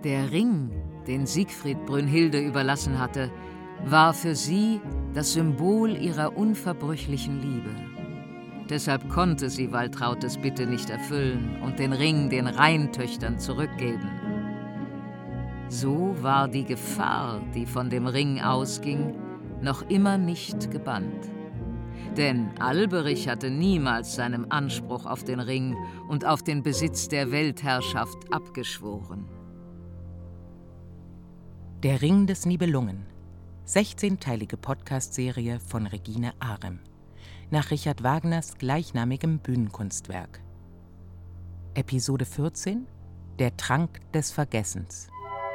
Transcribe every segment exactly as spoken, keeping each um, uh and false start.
Der Ring, den Siegfried Brünnhilde überlassen hatte, war für sie das Symbol ihrer unverbrüchlichen Liebe. Deshalb konnte sie Waltrautes Bitte nicht erfüllen und den Ring den Rheintöchtern zurückgeben. So war die Gefahr, die von dem Ring ausging, noch immer nicht gebannt. Denn Alberich hatte niemals seinem Anspruch auf den Ring und auf den Besitz der Weltherrschaft abgeschworen. Der Ring des Nibelungen. sechzehnteilige Podcast-Serie von Regine Arem. Nach Richard Wagners gleichnamigem Bühnenkunstwerk. Episode vierzehn: Der Trank des Vergessens.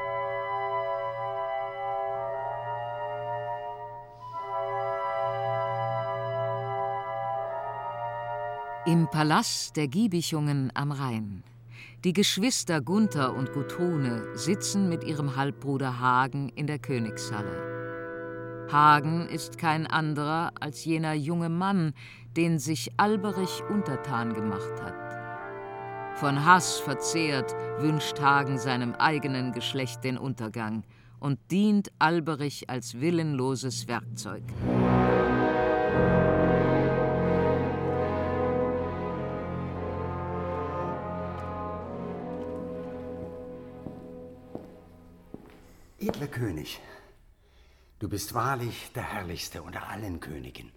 Im Palast der Giebichungen am Rhein. Die Geschwister Gunther und Gudrune sitzen mit ihrem Halbbruder Hagen in der Königshalle. Hagen ist kein anderer als jener junge Mann, den sich Alberich untertan gemacht hat. Von Hass verzehrt wünscht Hagen seinem eigenen Geschlecht den Untergang und dient Alberich als willenloses Werkzeug. Edler König, du bist wahrlich der Herrlichste unter allen Königen.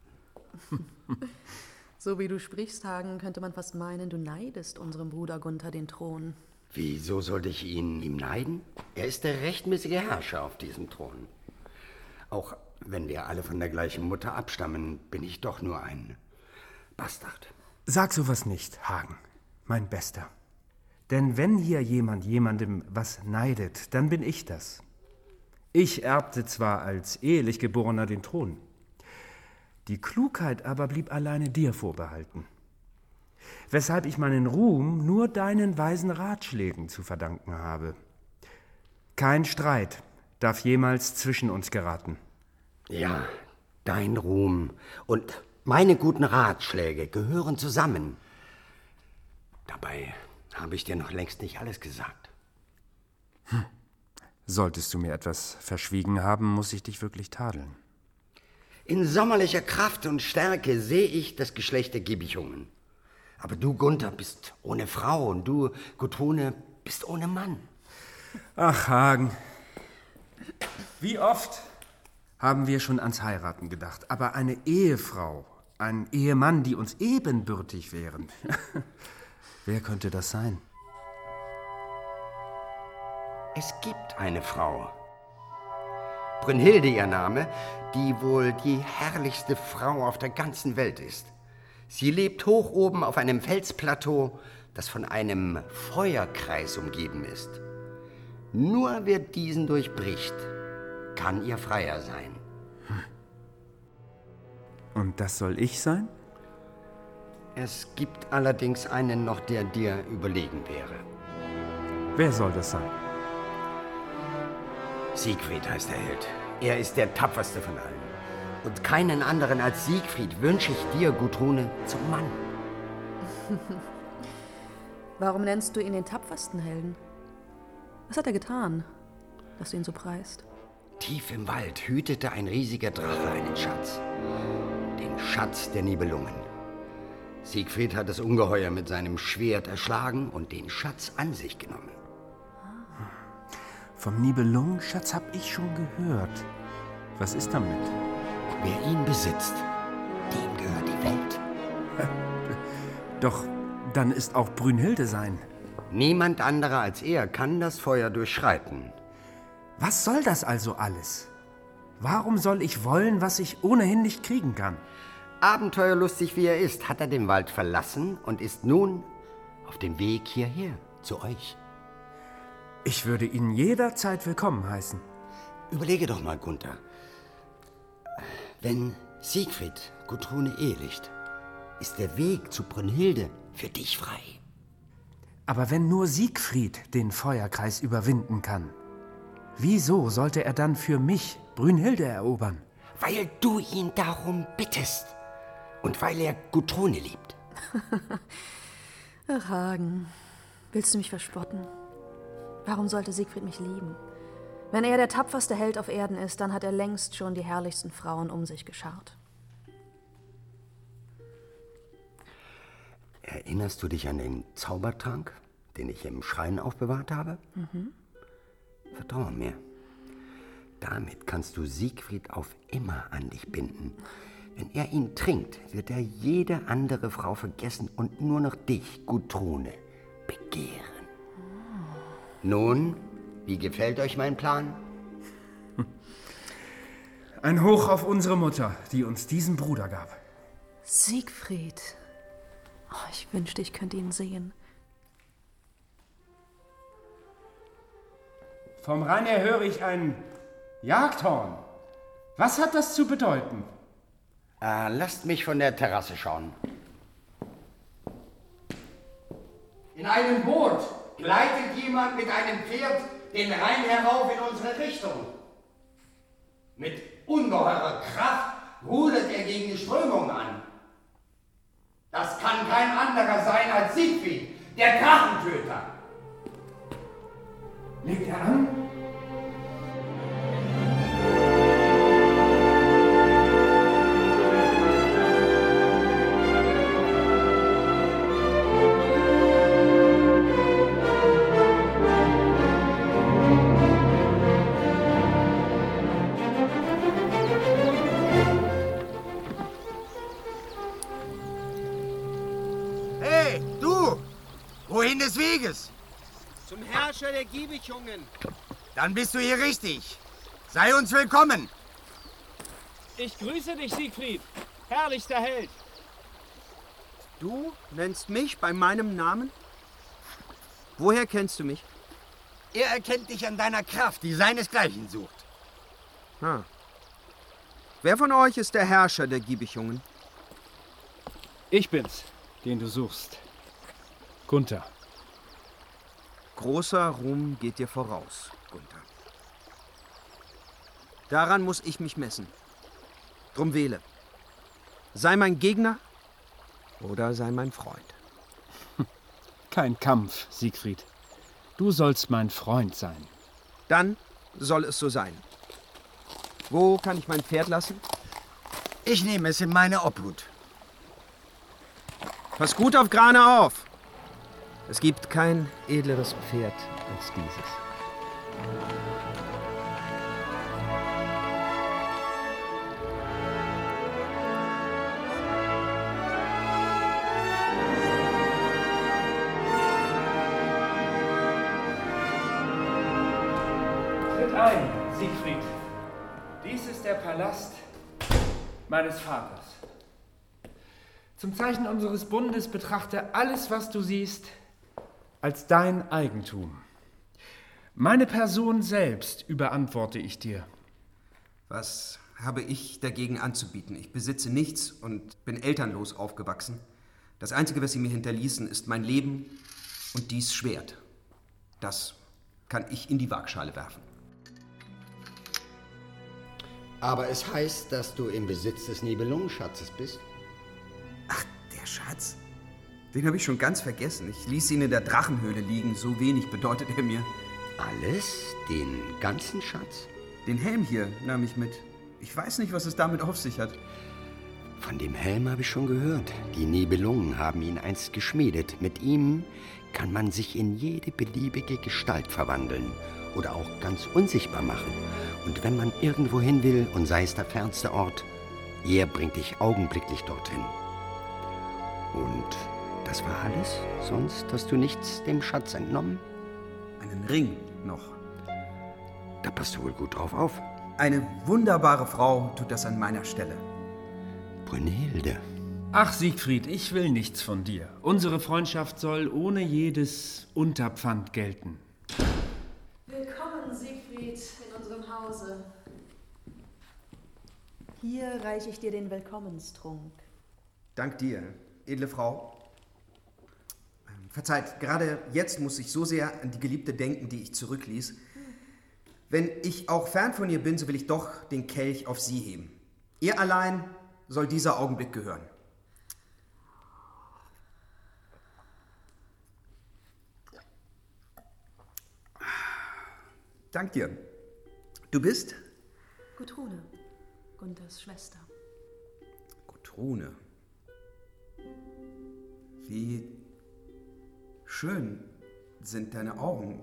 So wie du sprichst, Hagen, könnte man fast meinen, du neidest unserem Bruder Gunther den Thron. Wieso sollte ich ihn ihm neiden? Er ist der rechtmäßige Herrscher auf diesem Thron. Auch wenn wir alle von der gleichen Mutter abstammen, bin ich doch nur ein Bastard. Sag sowas nicht, Hagen, mein Bester. Denn wenn hier jemand jemandem was neidet, dann bin ich das. Ich erbte zwar als ehelich Geborener den Thron, die Klugheit aber blieb alleine dir vorbehalten, weshalb ich meinen Ruhm nur deinen weisen Ratschlägen zu verdanken habe. Kein Streit darf jemals zwischen uns geraten. Ja, dein Ruhm und meine guten Ratschläge gehören zusammen. Dabei habe ich dir noch längst nicht alles gesagt. Hm. Solltest du mir etwas verschwiegen haben, muss ich dich wirklich tadeln. In sommerlicher Kraft und Stärke sehe ich das Geschlecht der Giebichungen. Aber du, Gunther, bist ohne Frau und du, Gudrune, bist ohne Mann. Ach, Hagen, wie oft haben wir schon ans Heiraten gedacht, aber eine Ehefrau, ein Ehemann, die uns ebenbürtig wären. Wer könnte das sein? Es gibt eine Frau. Brünnhilde ihr Name, die wohl die herrlichste Frau auf der ganzen Welt ist. Sie lebt hoch oben auf einem Felsplateau, das von einem Feuerkreis umgeben ist. Nur wer diesen durchbricht, kann ihr Freier sein. Und das soll ich sein? Es gibt allerdings einen noch, der dir überlegen wäre. Wer soll das sein? Siegfried heißt der Held. Er ist der tapferste von allen. Und keinen anderen als Siegfried wünsche ich dir, Gudrune, zum Mann. Warum nennst du ihn den tapfersten Helden? Was hat er getan, dass du ihn so preist? Tief im Wald hütete ein riesiger Drache einen Schatz. Den Schatz der Nibelungen. Siegfried hat das Ungeheuer mit seinem Schwert erschlagen und den Schatz an sich genommen. Vom Nibelungenschatz hab ich schon gehört. Was ist damit? Wer ihn besitzt, dem gehört die Welt. Doch dann ist auch Brünnhilde sein. Niemand anderer als er kann das Feuer durchschreiten. Was soll das also alles? Warum soll ich wollen, was ich ohnehin nicht kriegen kann? Abenteuerlustig wie er ist, hat er den Wald verlassen und ist nun auf dem Weg hierher, zu euch. Ich würde ihn jederzeit willkommen heißen. Überlege doch mal, Gunther. Wenn Siegfried Gudrune ehelicht, ist der Weg zu Brünnhilde für dich frei. Aber wenn nur Siegfried den Feuerkreis überwinden kann, wieso sollte er dann für mich Brünnhilde erobern? Weil du ihn darum bittest und weil er Gudrune liebt. Ach, Hagen, willst du mich verspotten? Warum sollte Siegfried mich lieben? Wenn er der tapferste Held auf Erden ist, dann hat er längst schon die herrlichsten Frauen um sich geschart. Erinnerst du dich an den Zaubertrank, den ich im Schrein aufbewahrt habe? Mhm. Vertraue mir. Damit kannst du Siegfried auf immer an dich binden. Wenn er ihn trinkt, wird er jede andere Frau vergessen und nur noch dich, Gudrune, begehren. Oh. Nun, wie gefällt euch mein Plan? Ein Hoch auf unsere Mutter, die uns diesen Bruder gab. Siegfried. Oh, ich wünschte, ich könnte ihn sehen. Vom Rhein her höre ich ein Jagdhorn. Was hat das zu bedeuten? Äh, lasst mich von der Terrasse schauen. In einem Boot gleitet jemand mit einem Pferd den Rhein herauf in unsere Richtung. Mit ungeheurer Kraft rudert er gegen die Strömung an. Das kann kein anderer sein als Siegfried, der Drachentöter. Legt er an? Hey, du! Wohin des Weges? Zum Herrscher der Giebicungen. Dann bist du hier richtig. Sei uns willkommen. Ich grüße dich, Siegfried, herrlichster Held. Du nennst mich bei meinem Namen? Woher kennst du mich? Er erkennt dich an deiner Kraft, die seinesgleichen sucht. Ah. Wer von euch ist der Herrscher der Giebicungen? Ich bin's, den du suchst. Gunther. Großer Ruhm geht dir voraus, Gunther. Daran muss ich mich messen. Drum wähle. Sei mein Gegner oder sei mein Freund. Kein Kampf, Siegfried. Du sollst mein Freund sein. Dann soll es so sein. Wo kann ich mein Pferd lassen? Ich nehme es in meine Obhut. Pass gut auf Grane auf. Es gibt kein edleres Pferd als dieses. Tritt ein, Siegfried. Dies ist der Palast meines Vaters. Zum Zeichen unseres Bundes betrachte alles, was du siehst, als dein Eigentum. Meine Person selbst überantworte ich dir. Was habe ich dagegen anzubieten? Ich besitze nichts und bin elternlos aufgewachsen. Das Einzige, was sie mir hinterließen, ist mein Leben und dies Schwert. Das kann ich in die Waagschale werfen. Aber es heißt, dass du im Besitz des Nibelungenschatzes bist. Ach, der Schatz? Den habe ich schon ganz vergessen. Ich ließ ihn in der Drachenhöhle liegen. So wenig bedeutet er mir. Alles? Den ganzen Schatz? Den Helm hier nahm ich mit. Ich weiß nicht, was es damit auf sich hat. Von dem Helm habe ich schon gehört. Die Nibelungen haben ihn einst geschmiedet. Mit ihm kann man sich in jede beliebige Gestalt verwandeln oder auch ganz unsichtbar machen. Und wenn man irgendwo hin will, und sei es der fernste Ort, er bringt dich augenblicklich dorthin. Und das war alles? Sonst hast du nichts dem Schatz entnommen? Einen Ring noch. Da passt du wohl gut drauf auf. Eine wunderbare Frau tut das an meiner Stelle. Brünnhilde. Ach, Siegfried, ich will nichts von dir. Unsere Freundschaft soll ohne jedes Unterpfand gelten. Willkommen, Siegfried, in unserem Hause. Hier reiche ich dir den Willkommenstrunk. Dank dir, edle Frau. Verzeiht, gerade jetzt muss ich so sehr an die Geliebte denken, die ich zurückließ. Wenn ich auch fern von ihr bin, so will ich doch den Kelch auf sie heben. Ihr allein soll dieser Augenblick gehören. danke dir. Du bist? Gudrune, Gunthers Schwester. Gudrune. Wie schön sind deine Augen.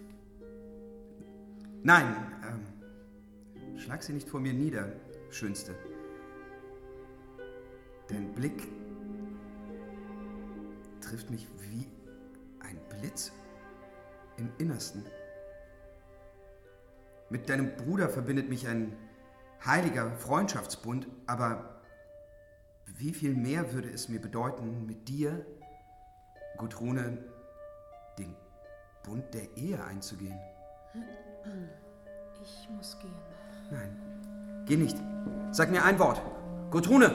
Nein, ähm, schlag sie nicht vor mir nieder, Schönste. Dein Blick trifft mich wie ein Blitz im Innersten. Mit deinem Bruder verbindet mich ein heiliger Freundschaftsbund, aber wie viel mehr würde es mir bedeuten, mit dir, Gudrune, den Bund der Ehe einzugehen? Ich muss gehen. Nein, geh nicht. Sag mir ein Wort. Gudrune!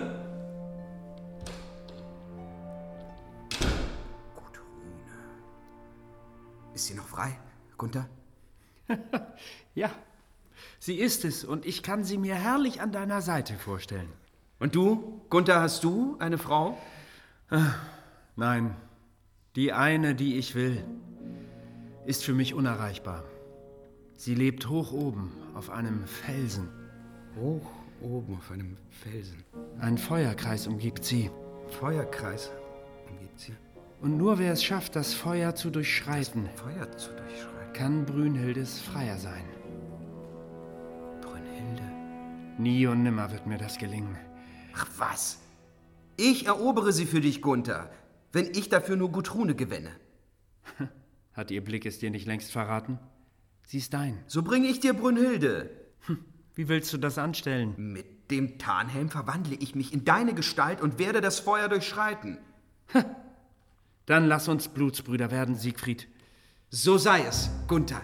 Gudrune. Ist sie noch frei, Gunther? Ja, sie ist es und ich kann sie mir herrlich an deiner Seite vorstellen. Und du, Gunther, hast du eine Frau? Ach, nein, die eine, die ich will, ist für mich unerreichbar. Sie lebt hoch oben auf einem Felsen. Hoch oben auf einem Felsen. Ein Feuerkreis umgibt sie. Feuerkreis umgibt sie. Und nur wer es schafft, das Feuer zu durchschreiten, Das Feuer zu durchschreiten, kann Brünnhildes Freier sein. Brünnhilde? Nie und nimmer wird mir das gelingen. Ach was? Ich erobere sie für dich, Gunther, wenn ich dafür nur Gudrune gewinne. Hat ihr Blick es dir nicht längst verraten? Sie ist dein. So bringe ich dir Brünnhilde. Wie willst du das anstellen? Mit dem Tarnhelm verwandle ich mich in deine Gestalt und werde das Feuer durchschreiten. Dann lass uns Blutsbrüder werden, Siegfried. So sei es, Gunther.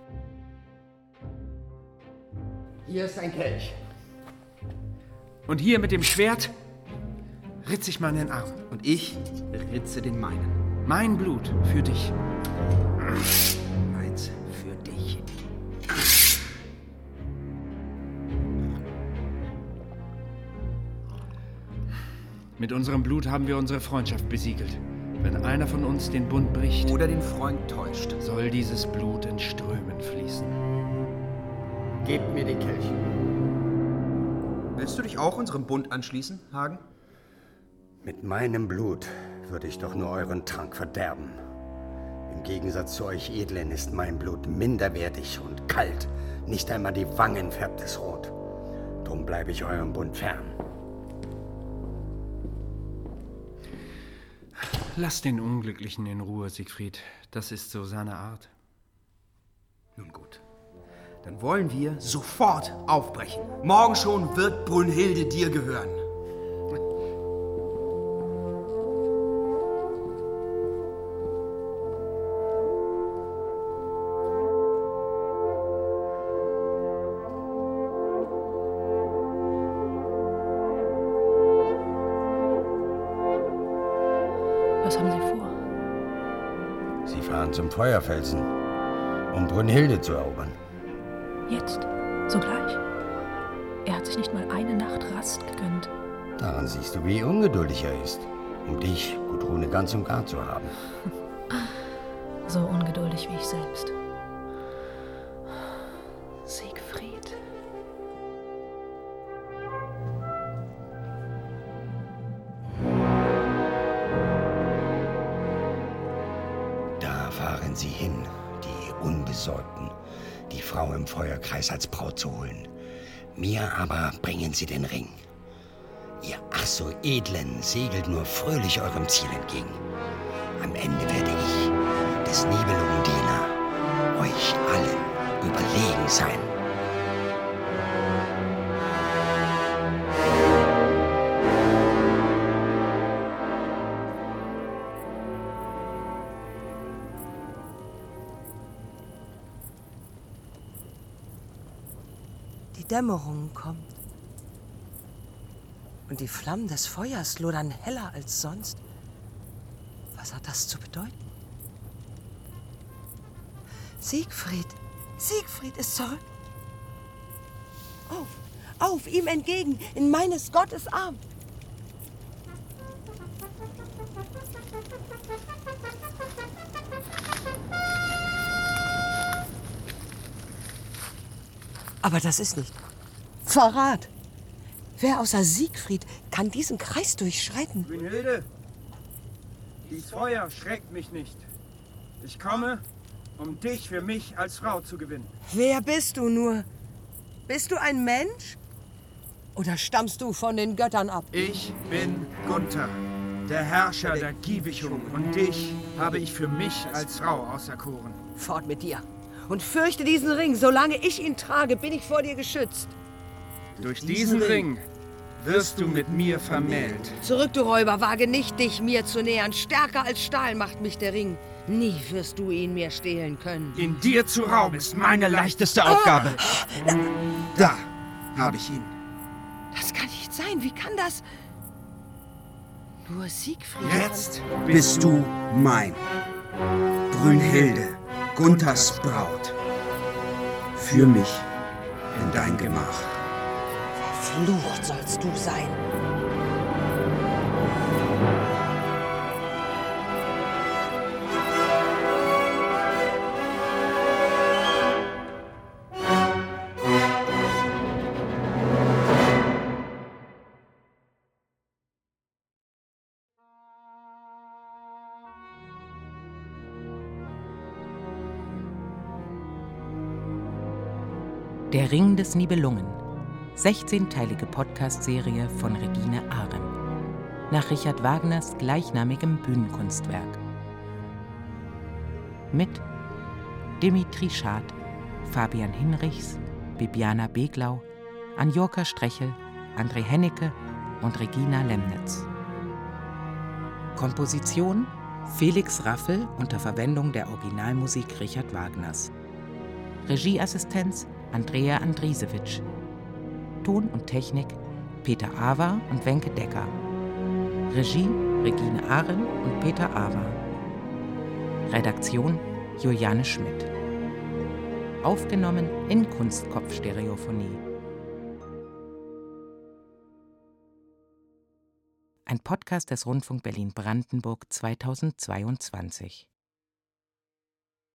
Hier ist ein Kelch. Und hier mit dem Schwert ritz ich meinen Arm. Und ich ritze den meinen. Mein Blut für dich. Meins für dich. Mit unserem Blut haben wir unsere Freundschaft besiegelt. Wenn einer von uns den Bund bricht, Oder den Freund täuscht. soll dieses Blut in Strömen fließen. Gebt mir den Kelch. Willst du dich auch unserem Bund anschließen, Hagen? Mit meinem Blut würde ich doch nur euren Trank verderben. Im Gegensatz zu euch Edlen ist mein Blut minderwertig und kalt. Nicht einmal die Wangen färbt es rot. Drum bleibe ich eurem Bund fern. Lass den Unglücklichen in Ruhe, Siegfried. Das ist so seine Art. Nun gut. Dann wollen wir sofort aufbrechen. Morgen schon wird Brünnhilde dir gehören. Was haben Sie vor? Sie fahren zum Feuerfelsen, um Brünnhilde zu erobern. Jetzt? Sogleich? Er hat sich nicht mal eine Nacht Rast gegönnt. Daran siehst du, wie ungeduldig er ist, um dich, Gudrune, ganz und gar zu haben. So ungeduldig wie ich selbst. Siegfried. Da fahren sie hin, die Unbesorgten, die Frau im Feuerkreis als Braut zu holen. Mir aber bringen sie den Ring. Ihr ach so Edlen segelt nur fröhlich eurem Ziel entgegen. Am Ende werde ich, des Nibelungendiener, euch allen überlegen sein. Die Dämmerung kommt. Und die Flammen des Feuers lodern heller als sonst. Was hat das zu bedeuten? Siegfried, Siegfried ist zurück. Auf, auf, ihm entgegen, in meines Gottes Arm. Aber das ist nicht Verrat. Wer außer Siegfried kann diesen Kreis durchschreiten? Brünnhilde, dies Feuer schreckt mich nicht. Ich komme, um dich für mich als Frau zu gewinnen. Wer bist du nur? Bist du ein Mensch? Oder stammst du von den Göttern ab? Ich bin Gunther, der Herrscher der Giebichung. Und dich habe ich für mich als Frau auserkoren. Fort mit dir. Und fürchte diesen Ring. Solange ich ihn trage, bin ich vor dir geschützt. Durch diesen Ring wirst du mit mir vermählt. Zurück, du Räuber, wage nicht, dich mir zu nähern. Stärker als Stahl macht mich der Ring. Nie wirst du ihn mir stehlen können. In dir zu rauben ist meine leichteste Aufgabe. Da habe ich ihn. Das kann nicht sein. Wie kann das? Nur Siegfried. Jetzt bist du mein. Brünnhilde, Gunthers Braut. Führ mich in dein Gemach. Verflucht sollst du sein. Der Ring des Nibelungen. sechzehnteilige Podcast-Serie von Regine Arem. Nach Richard Wagners gleichnamigem Bühnenkunstwerk. Mit Dimitri Schad, Fabian Hinrichs, Bibiana Beglau, Anjorka Strechel, André Hennecke und Regina Lemnitz. Komposition Felix Raffel unter Verwendung der Originalmusik Richard Wagners. Regieassistenz Andrea Andrisewitsch. Ton und Technik Peter Awa und Wenke Decker. Regie Regine Arem und Peter Awa. Redaktion Juliane Schmidt. Aufgenommen in Kunstkopfstereophonie. Ein Podcast des Rundfunk Berlin-Brandenburg zweitausendzweiundzwanzig.